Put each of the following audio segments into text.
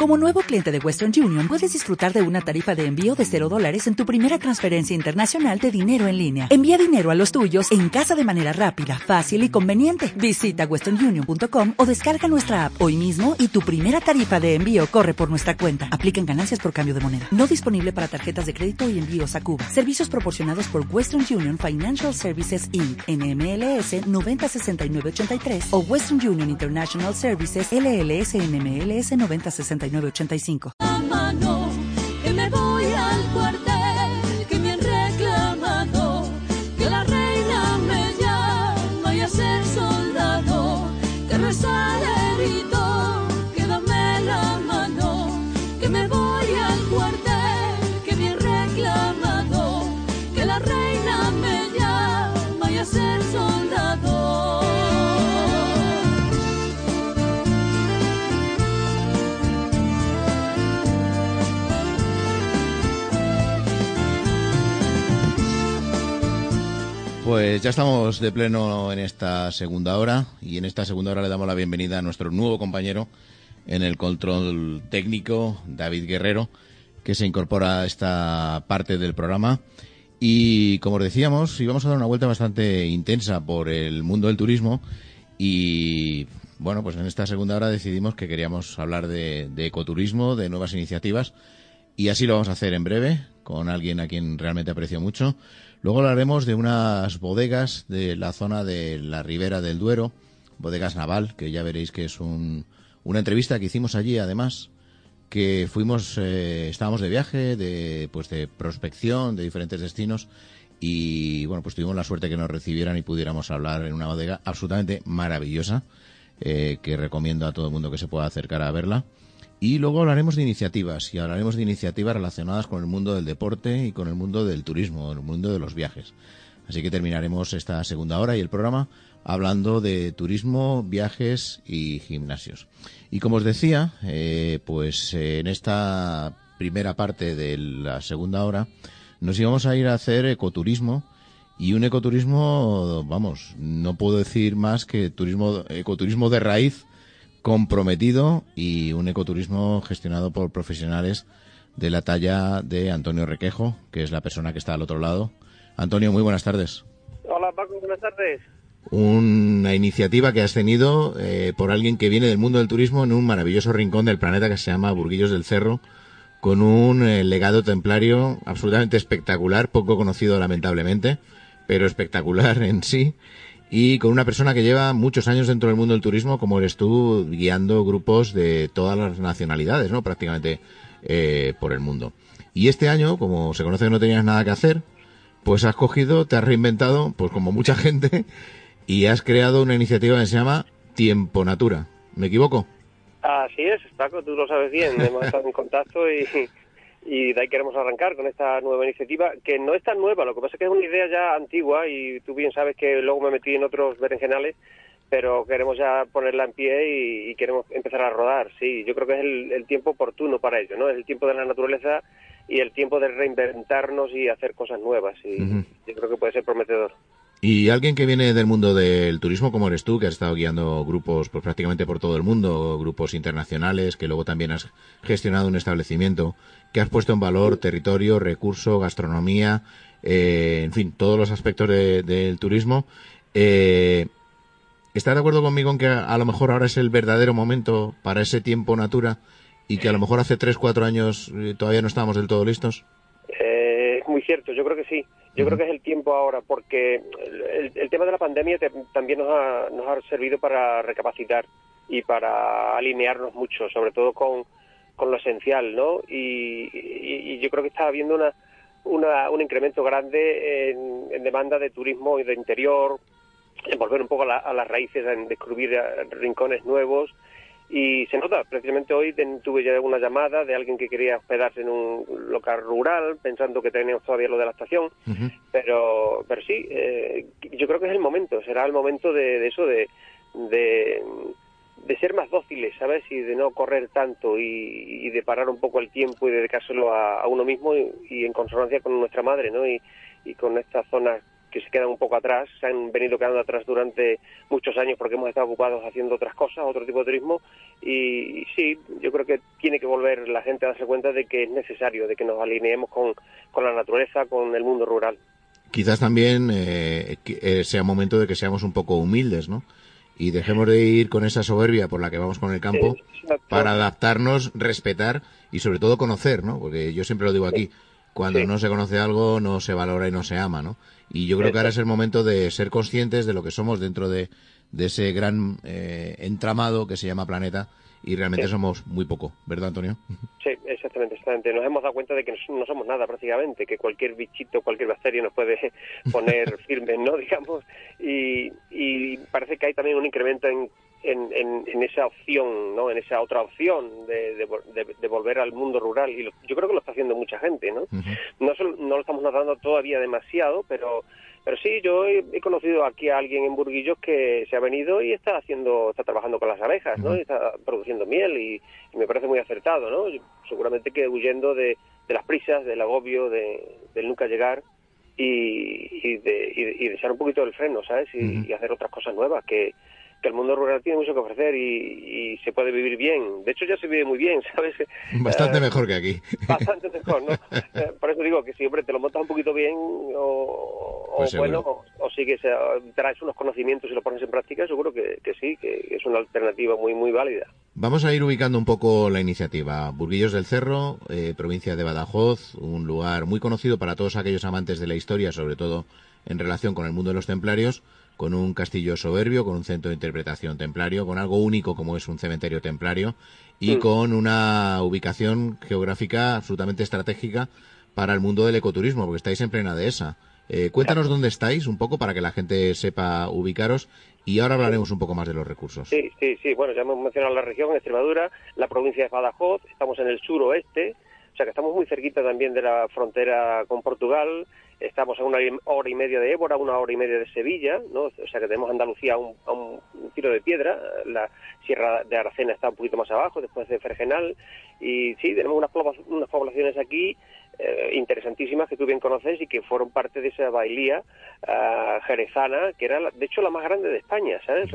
Como nuevo cliente de Western Union, puedes disfrutar de una tarifa de envío de $0 en tu primera transferencia internacional de dinero en línea. Envía dinero a los tuyos en casa de manera rápida, fácil y conveniente. Visita westernunion.com o descarga nuestra app hoy mismo y tu primera tarifa de envío corre por nuestra cuenta. Aplican ganancias por cambio de moneda. No disponible para tarjetas de crédito y envíos a Cuba. Servicios proporcionados por Western Union Financial Services Inc. NMLS 906983 o Western Union International Services LLS NMLS 906985. Mano, que me voy al cuartel, que me han reclamado, que la reina me llama y a ser soldado, que rezar herito, que dame la mano, que me voy al cuartel, que me han reclamado, que la reina me llama y a ser soldado. Pues ya estamos de pleno en esta segunda hora y en esta segunda hora le damos la bienvenida a nuestro nuevo compañero en el control técnico, David Guerrero, que se incorpora a esta parte del programa. Y como os decíamos, íbamos a dar una vuelta bastante intensa por el mundo del turismo y bueno, pues en esta segunda hora decidimos que queríamos hablar de ecoturismo, de nuevas iniciativas y así lo vamos a hacer en breve con alguien a quien realmente aprecio mucho. Luego hablaremos de unas bodegas de la zona de la Ribera del Duero, Bodegas Naval, que ya veréis que es una entrevista que hicimos allí, además, que fuimos, estábamos de viaje, de prospección de diferentes destinos y, bueno, pues tuvimos la suerte que nos recibieran y pudiéramos hablar en una bodega absolutamente maravillosa, que recomiendo a todo el mundo que se pueda acercar a verla. Y luego hablaremos de iniciativas, y hablaremos de iniciativas relacionadas con el mundo del deporte y con el mundo del turismo, el mundo de los viajes. Así que terminaremos esta segunda hora y el programa hablando de viajes y gimnasios. Y como os decía, en esta primera parte de la segunda hora nos íbamos a ir a hacer ecoturismo, y un ecoturismo, vamos, no puedo decir más que ecoturismo de raíz, comprometido, y un ecoturismo gestionado por profesionales de la talla de Antonio Requejo, que es la persona que está al otro lado. Antonio, muy buenas tardes. Hola Paco, buenas tardes. Una iniciativa que has tenido por alguien que viene del mundo del turismo en un maravilloso rincón del planeta que se llama Burguillos del Cerro, con un legado templario absolutamente espectacular, poco conocido lamentablemente, pero espectacular en sí. Y con una persona que lleva muchos años dentro del mundo del turismo, como eres tú, guiando grupos de todas las nacionalidades, ¿no? Prácticamente por el mundo. Y este año, como se conoce que no tenías nada que hacer, pues has cogido, te has reinventado, pues como mucha gente, y has creado una iniciativa que se llama Tiempo Natura. ¿Me equivoco? Así es, Paco, tú lo sabes bien, hemos estado en contacto y de ahí queremos arrancar con esta nueva iniciativa, que no es tan nueva, lo que pasa es que es una idea ya antigua y tú bien sabes que luego me metí en otros berenjenales, pero queremos ya ponerla en pie y queremos empezar a rodar. Sí, yo creo que es el tiempo oportuno para ello, ¿no? Es el tiempo de la naturaleza y el tiempo de reinventarnos y hacer cosas nuevas, y yo creo que puede ser prometedor. Y alguien que viene del mundo del turismo, como eres tú, que has estado guiando grupos pues prácticamente por todo el mundo, grupos internacionales, que luego también has gestionado un establecimiento, que has puesto en valor territorio, recurso, gastronomía, en fin, todos los aspectos del turismo. ¿Estás de acuerdo conmigo en que a lo mejor ahora es el verdadero momento para ese tiempo natura y que a lo mejor hace 3-4 años todavía no estábamos del todo listos? Es muy cierto, yo creo que sí. Yo creo que es el tiempo ahora, porque el tema de la pandemia también nos ha servido para recapacitar y para alinearnos mucho, sobre todo con lo esencial, ¿no? Y yo creo que está habiendo un incremento grande en demanda de turismo y de interior, en volver un poco a las raíces, en descubrir rincones nuevos. Y se nota, precisamente hoy tuve ya una llamada de alguien que quería hospedarse en un local rural, pensando que teníamos todavía lo de la estación, pero sí, yo creo que es el momento, será el momento de eso, de ser más dóciles, ¿sabes? Y de no correr tanto y de parar un poco el tiempo y dedicárselo a uno mismo y en consonancia con nuestra madre, ¿no? Y con estas zonas que se quedan un poco atrás, se han venido quedando atrás durante muchos años porque hemos estado ocupados haciendo otras cosas, otro tipo de turismo, y sí, yo creo que tiene que volver la gente a darse cuenta de que es necesario, de que nos alineemos con la naturaleza, con el mundo rural. Quizás también sea momento de que seamos un poco humildes, ¿no? Y dejemos de ir con esa soberbia por la que vamos con el campo para adaptarnos, respetar y sobre todo conocer, ¿no? Porque yo siempre lo digo aquí, cuando no se conoce algo no se valora y no se ama, ¿no? Y yo creo que ahora es el momento de ser conscientes de lo que somos dentro de ese gran entramado que se llama planeta, y realmente somos muy poco, ¿verdad, Antonio? Sí, exactamente. Nos hemos dado cuenta de que no somos nada prácticamente, que cualquier bichito, cualquier bacteria nos puede poner firmes, ¿no? Digamos, y parece que hay también un incremento en esa opción, ¿no? En esa otra opción de volver al mundo rural, y yo creo que lo está haciendo mucha gente, ¿no? No lo estamos notando todavía demasiado, pero sí, yo he conocido aquí a alguien en Burguillos que se ha venido y está trabajando con las abejas, ¿no? Y está produciendo miel, y me parece muy acertado, ¿no? Seguramente que huyendo de las prisas, del agobio, del nunca llegar, y de echar un poquito del freno, ¿sabes? Y hacer otras cosas nuevas, que el mundo rural tiene mucho que ofrecer y se puede vivir bien. De hecho, ya se vive muy bien, ¿sabes? Bastante mejor que aquí. Bastante mejor, ¿no? Por eso digo que si, hombre, te lo montas un poquito bien o sigues, traes unos conocimientos y lo pones en práctica, seguro que sí, que es una alternativa muy, muy válida. Vamos a ir ubicando un poco la iniciativa. Burguillos del Cerro, provincia de Badajoz, un lugar muy conocido para todos aquellos amantes de la historia, sobre todo en relación con el mundo de los templarios, con un castillo soberbio, con un centro de interpretación templario, con algo único como es un cementerio templario, y con una ubicación geográfica absolutamente estratégica para el mundo del ecoturismo, porque estáis en plena dehesa. Cuéntanos dónde estáis un poco para que la gente sepa ubicaros, y ahora hablaremos un poco más de los recursos. Sí. Bueno, ya hemos mencionado la región, Extremadura, la provincia de Badajoz, estamos en el suroeste, o sea que estamos muy cerquita también de la frontera con Portugal. Estamos a 1 hora y media de Évora, 1 hora y media de Sevilla, ¿no? O sea que tenemos Andalucía a un tiro de piedra. La Sierra de Aracena está un poquito más abajo, después de Fergenal. Y sí, tenemos unas poblaciones aquí interesantísimas que tú bien conoces y que fueron parte de esa bailía jerezana, que era, de hecho, la más grande de España, ¿sabes?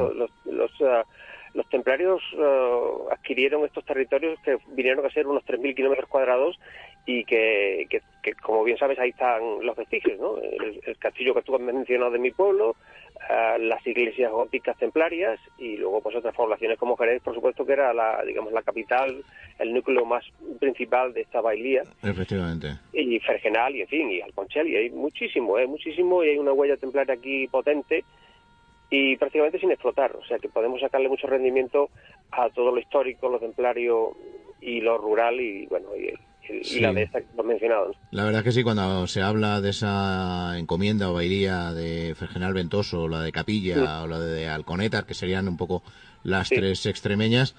Los templarios adquirieron estos territorios que vinieron a ser unos 3.000 kilómetros cuadrados y que, como bien sabes, ahí están los vestigios, ¿no? El castillo que tú has mencionado de mi pueblo, las iglesias góticas templarias y luego pues otras poblaciones como Jerez, por supuesto, que era la capital, el núcleo más principal de esta bailía. Efectivamente. Y Fergenal y, en fin, y Alconchel, y hay muchísimo, y hay una huella templaria aquí potente y prácticamente sin explotar, o sea que podemos sacarle mucho rendimiento a todo lo histórico, lo templario y lo rural y bueno, y la de esta que hemos mencionado, ¿no? La verdad que sí, cuando se habla de esa encomienda o bailía de Fergenal Ventoso, o la de Capilla o la de Alconetar, que serían un poco las tres extremeñas,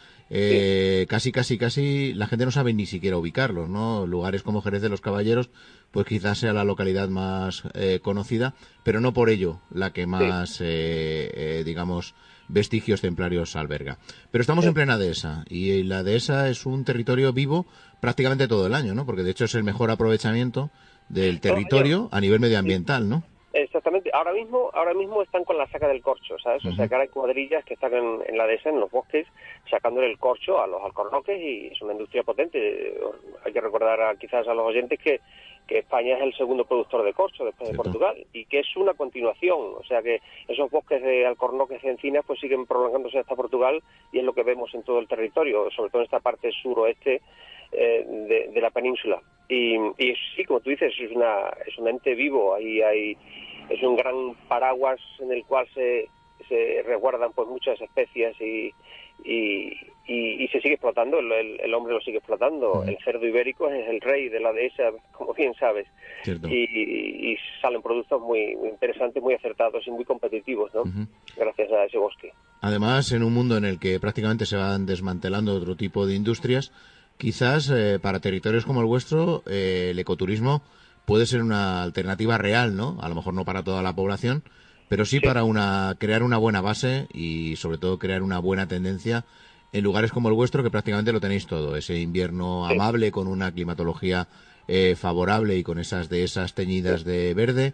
casi la gente no sabe ni siquiera ubicarlos, ¿no? Lugares como Jerez de los Caballeros, pues quizás sea la localidad más conocida, pero no por ello la que más, digamos, vestigios templarios alberga. Pero estamos en plena dehesa, y la dehesa es un territorio vivo prácticamente todo el año, ¿no? Porque de hecho es el mejor aprovechamiento del territorio a nivel medioambiental, ¿no? Exactamente. Ahora mismo están con la saca del corcho, ¿sabes? O sea, que ahora hay cuadrillas que están en la dehesa, en los bosques, sacándole el corcho a los alcornoques, y es una industria potente. Hay que recordar quizás a los oyentes que España es el segundo productor de corcho después de Portugal, y que es una continuación, o sea que esos bosques de alcornoques y encinas pues siguen prolongándose hasta Portugal, y es lo que vemos en todo el territorio, sobre todo en esta parte suroeste de la península. Y sí, como tú dices, es un ente vivo, es un gran paraguas en el cual se resguardan pues muchas especies y se sigue explotando, el hombre lo sigue explotando. El cerdo ibérico es el rey de la dehesa, como bien sabes. Y salen productos muy, muy interesantes, muy acertados y muy competitivos, ¿no? Gracias a ese bosque. Además, en un mundo en el que prácticamente se van desmantelando otro tipo de industrias, quizás para territorios como el vuestro, el ecoturismo puede ser una alternativa real, ¿no? A lo mejor no para toda la población, pero sí para crear una buena base y sobre todo crear una buena tendencia en lugares como el vuestro, que prácticamente lo tenéis todo. Ese invierno amable con una climatología favorable y con esas dehesas teñidas de verde,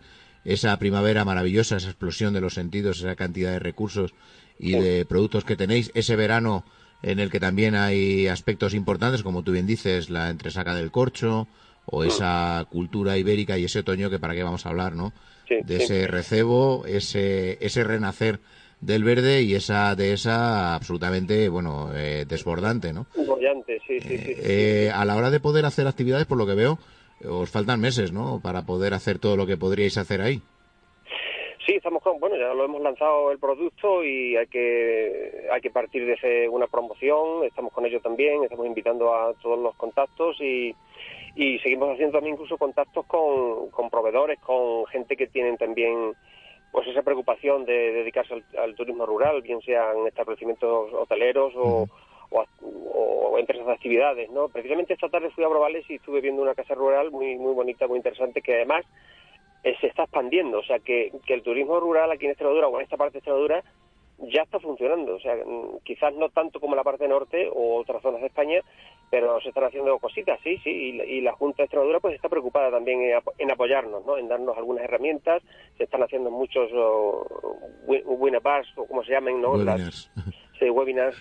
esa primavera maravillosa, esa explosión de los sentidos, esa cantidad de recursos y de productos que tenéis, ese verano en el que también hay aspectos importantes, como tú bien dices, la entresaca del corcho, o esa cultura ibérica, y ese otoño que para qué vamos a hablar, ¿no? De ese recebo, ese renacer del verde y esa dehesa absolutamente, bueno, desbordante, ¿no? Bollante, sí. A la hora de poder hacer actividades, por lo que veo, os faltan meses, ¿no? Para poder hacer todo lo que podríais hacer ahí. Sí, estamos ya lo hemos lanzado el producto y hay que partir de una promoción, estamos con ello también, estamos invitando a todos los contactos y seguimos haciendo también incluso contactos con proveedores, con gente que tienen también pues esa preocupación de dedicarse al turismo rural, bien sean establecimientos hoteleros o empresas de actividades, ¿no? Precisamente esta tarde fui a Brovales y estuve viendo una casa rural muy muy bonita, muy interesante, que además se está expandiendo, o sea que el turismo rural aquí en Extremadura o en esta parte de Extremadura ya está funcionando, o sea, quizás no tanto como en la parte norte o otras zonas de España, pero se están haciendo cositas, sí, y la Junta de Extremadura pues está preocupada también en apoyarnos, ¿no? En darnos algunas herramientas, se están haciendo muchos webinars, o como se llaman, ¿no? Webinars. Webinars,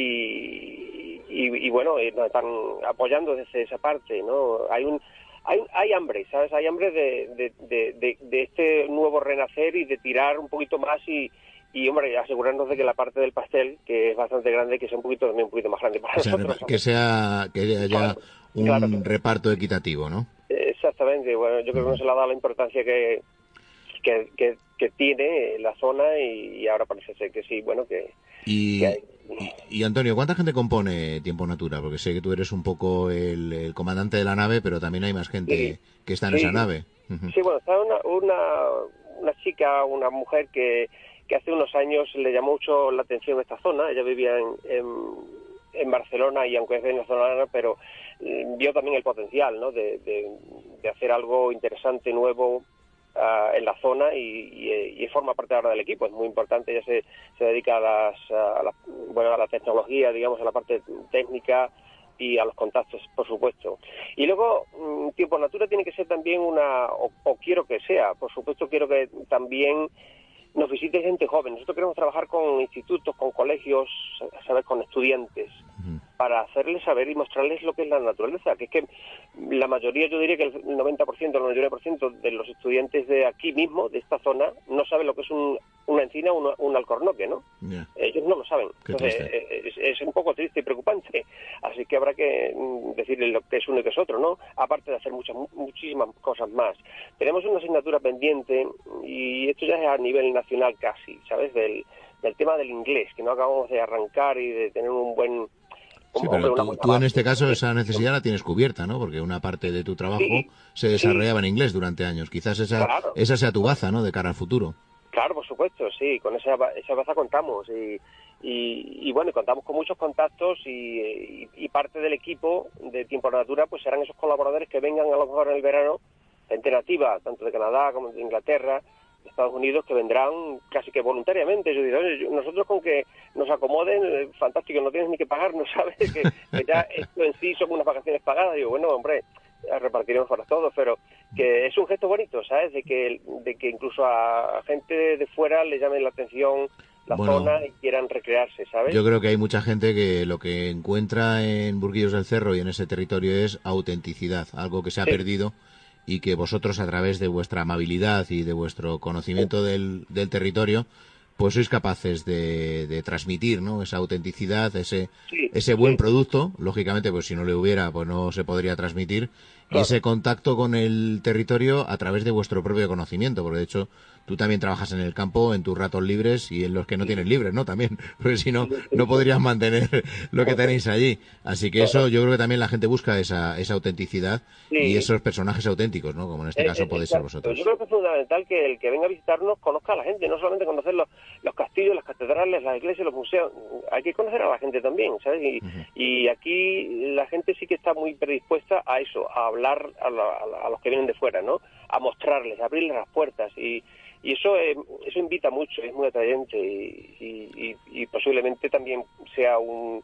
y bueno, nos están apoyando desde esa parte, ¿no? Hay hambre, ¿sabes? Hay hambre de este nuevo renacer y de tirar un poquito más y hombre, asegurarnos de que la parte del pastel, que es bastante grande, que sea también un poquito más grande para nosotros. Que haya un reparto equitativo, ¿no? Exactamente, bueno, yo creo que no se le ha dado la importancia que tiene la zona y ahora parece ser que sí, bueno, Y Antonio, ¿cuánta gente compone Tiempo Natura? Porque sé que tú eres un poco el comandante de la nave, pero también hay más gente que está en esa nave. Sí, bueno, está una chica, una mujer que hace unos años le llamó mucho la atención esta zona. Ella vivía en Barcelona y aunque es venezolana, pero vio también el potencial, ¿no? de hacer algo interesante, nuevo en la zona y forma parte ahora del equipo. Es muy importante. Ella se dedica a la tecnología, digamos, a la parte técnica y a los contactos, por supuesto. Y luego, Tiempo Natura tiene que ser también o quiero que sea, por supuesto, quiero que también nos visite gente joven. Nosotros queremos trabajar con institutos, con colegios, ¿sabes?, con estudiantes, para hacerles saber y mostrarles lo que es la naturaleza, que es que la mayoría, yo diría que el 90%, el 99% de los estudiantes de aquí mismo, de esta zona, no saben lo que es una encina o un alcornoque, ¿no? Yeah. Ellos no lo saben. Entonces, es un poco triste y preocupante. Así que habrá que decirles lo que es uno y que es otro, ¿no? Aparte de hacer muchísimas cosas más. Tenemos una asignatura pendiente, y esto ya es a nivel nacional casi, ¿sabes? Del tema del inglés, que no acabamos de arrancar y de tener un buen... Sí, pero tú en este caso esa necesidad la tienes cubierta, ¿no? Porque una parte de tu trabajo se desarrollaba en inglés durante años. Quizás esa sea tu baza, ¿no?, de cara al futuro. Claro, por supuesto, sí, con esa baza contamos y bueno, contamos con muchos contactos y parte del equipo de Tiempo Natura pues serán esos colaboradores que vengan a lo mejor en el verano, gente nativa, tanto de Canadá como de Inglaterra, de Estados Unidos, que vendrán casi que voluntariamente. Yo digo, oye, nosotros con que nos acomoden, fantástico, no tienes ni que pagarnos, ¿sabes? Que ya esto en sí son unas vacaciones pagadas. Digo, bueno, hombre, repartiremos para todos, pero que es un gesto bonito, ¿sabes? De que incluso a gente de fuera le llame la atención la zona y quieran recrearse, ¿sabes? Yo creo que hay mucha gente que lo que encuentra en Burguillos del Cerro y en ese territorio es autenticidad, algo que se ha perdido y que vosotros, a través de vuestra amabilidad y de vuestro conocimiento del territorio, pues sois capaces de transmitir, ¿no?, esa autenticidad, ese buen producto. Lógicamente, pues si no le hubiera, pues no se podría transmitir. Y ese contacto con el territorio a través de vuestro propio conocimiento, porque de hecho tú también trabajas en el campo, en tus ratos libres y en los que no tienes libres, ¿no? También, porque si no, no podrías mantener lo que tenéis allí. Así que eso, yo creo que también la gente busca esa autenticidad y esos personajes auténticos, ¿no? Como en este caso podéis ser vosotros. Yo creo que es fundamental que el que venga a visitarnos conozca a la gente, no solamente conocer los castillos, las catedrales, las iglesias, los museos. Hay que conocer a la gente también, ¿sabes? Y aquí la gente sí que está muy predispuesta a eso, a hablar a los que vienen de fuera, ¿no? A mostrarles, a abrirles las puertas y eso invita mucho, es muy atrayente y posiblemente también sea un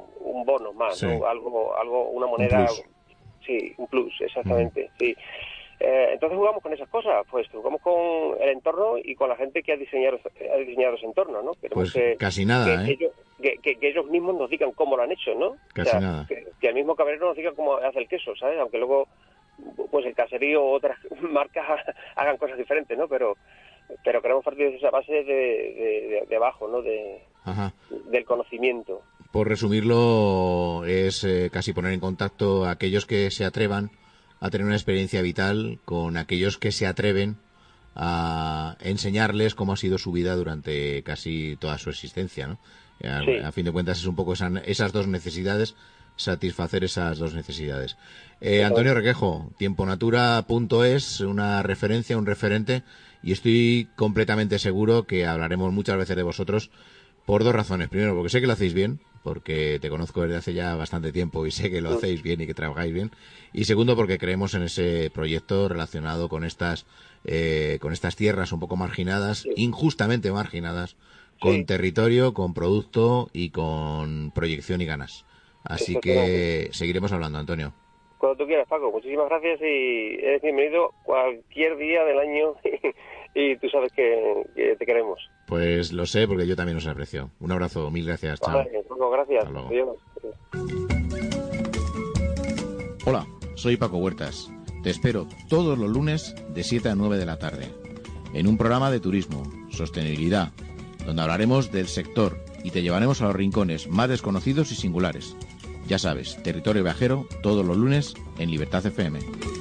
bono más, ¿no? Algo, una moneda, un plus, exactamente, sí. Entonces jugamos con esas cosas, pues jugamos con el entorno y con la gente que ha diseñado ese entorno, ¿no? Queremos pues casi nada, que ellos mismos nos digan cómo lo han hecho, ¿no? Casi nada. Que el mismo camarero nos diga cómo hace el queso, ¿sabes? Aunque luego pues el caserío o otras marcas hagan cosas diferentes, ¿no? Pero queremos partir de esa base de abajo, ¿no? Del conocimiento. Por resumirlo, es casi poner en contacto a aquellos que se atrevan a tener una experiencia vital con aquellos que se atreven a enseñarles cómo ha sido su vida durante casi toda su existencia, ¿no? Sí. A fin de cuentas es un poco esas dos necesidades, satisfacer esas dos necesidades. Antonio Requejo, tiemponatura.es, una referencia, un referente, y estoy completamente seguro que hablaremos muchas veces de vosotros por dos razones. Primero, porque sé que lo hacéis bien, porque te conozco desde hace ya bastante tiempo y sé que lo hacéis bien y que trabajáis bien. Y segundo, porque creemos en ese proyecto relacionado con estas tierras un poco marginadas, injustamente marginadas, con territorio, con producto y con proyección y ganas. Así que seguiremos hablando, Antonio. Cuando tú quieras, Paco. Muchísimas gracias y eres bienvenido cualquier día del año y tú sabes que te queremos. Pues lo sé, porque yo también os aprecio. Un abrazo, mil gracias. Chao. Vale, Paco, gracias. Adiós. Hola, soy Paco Huertas. Te espero todos los lunes de 7 a 9 de la tarde en un programa de turismo, sostenibilidad, donde hablaremos del sector y te llevaremos a los rincones más desconocidos y singulares. Ya sabes, Territorio Viajero, todos los lunes en Libertad FM.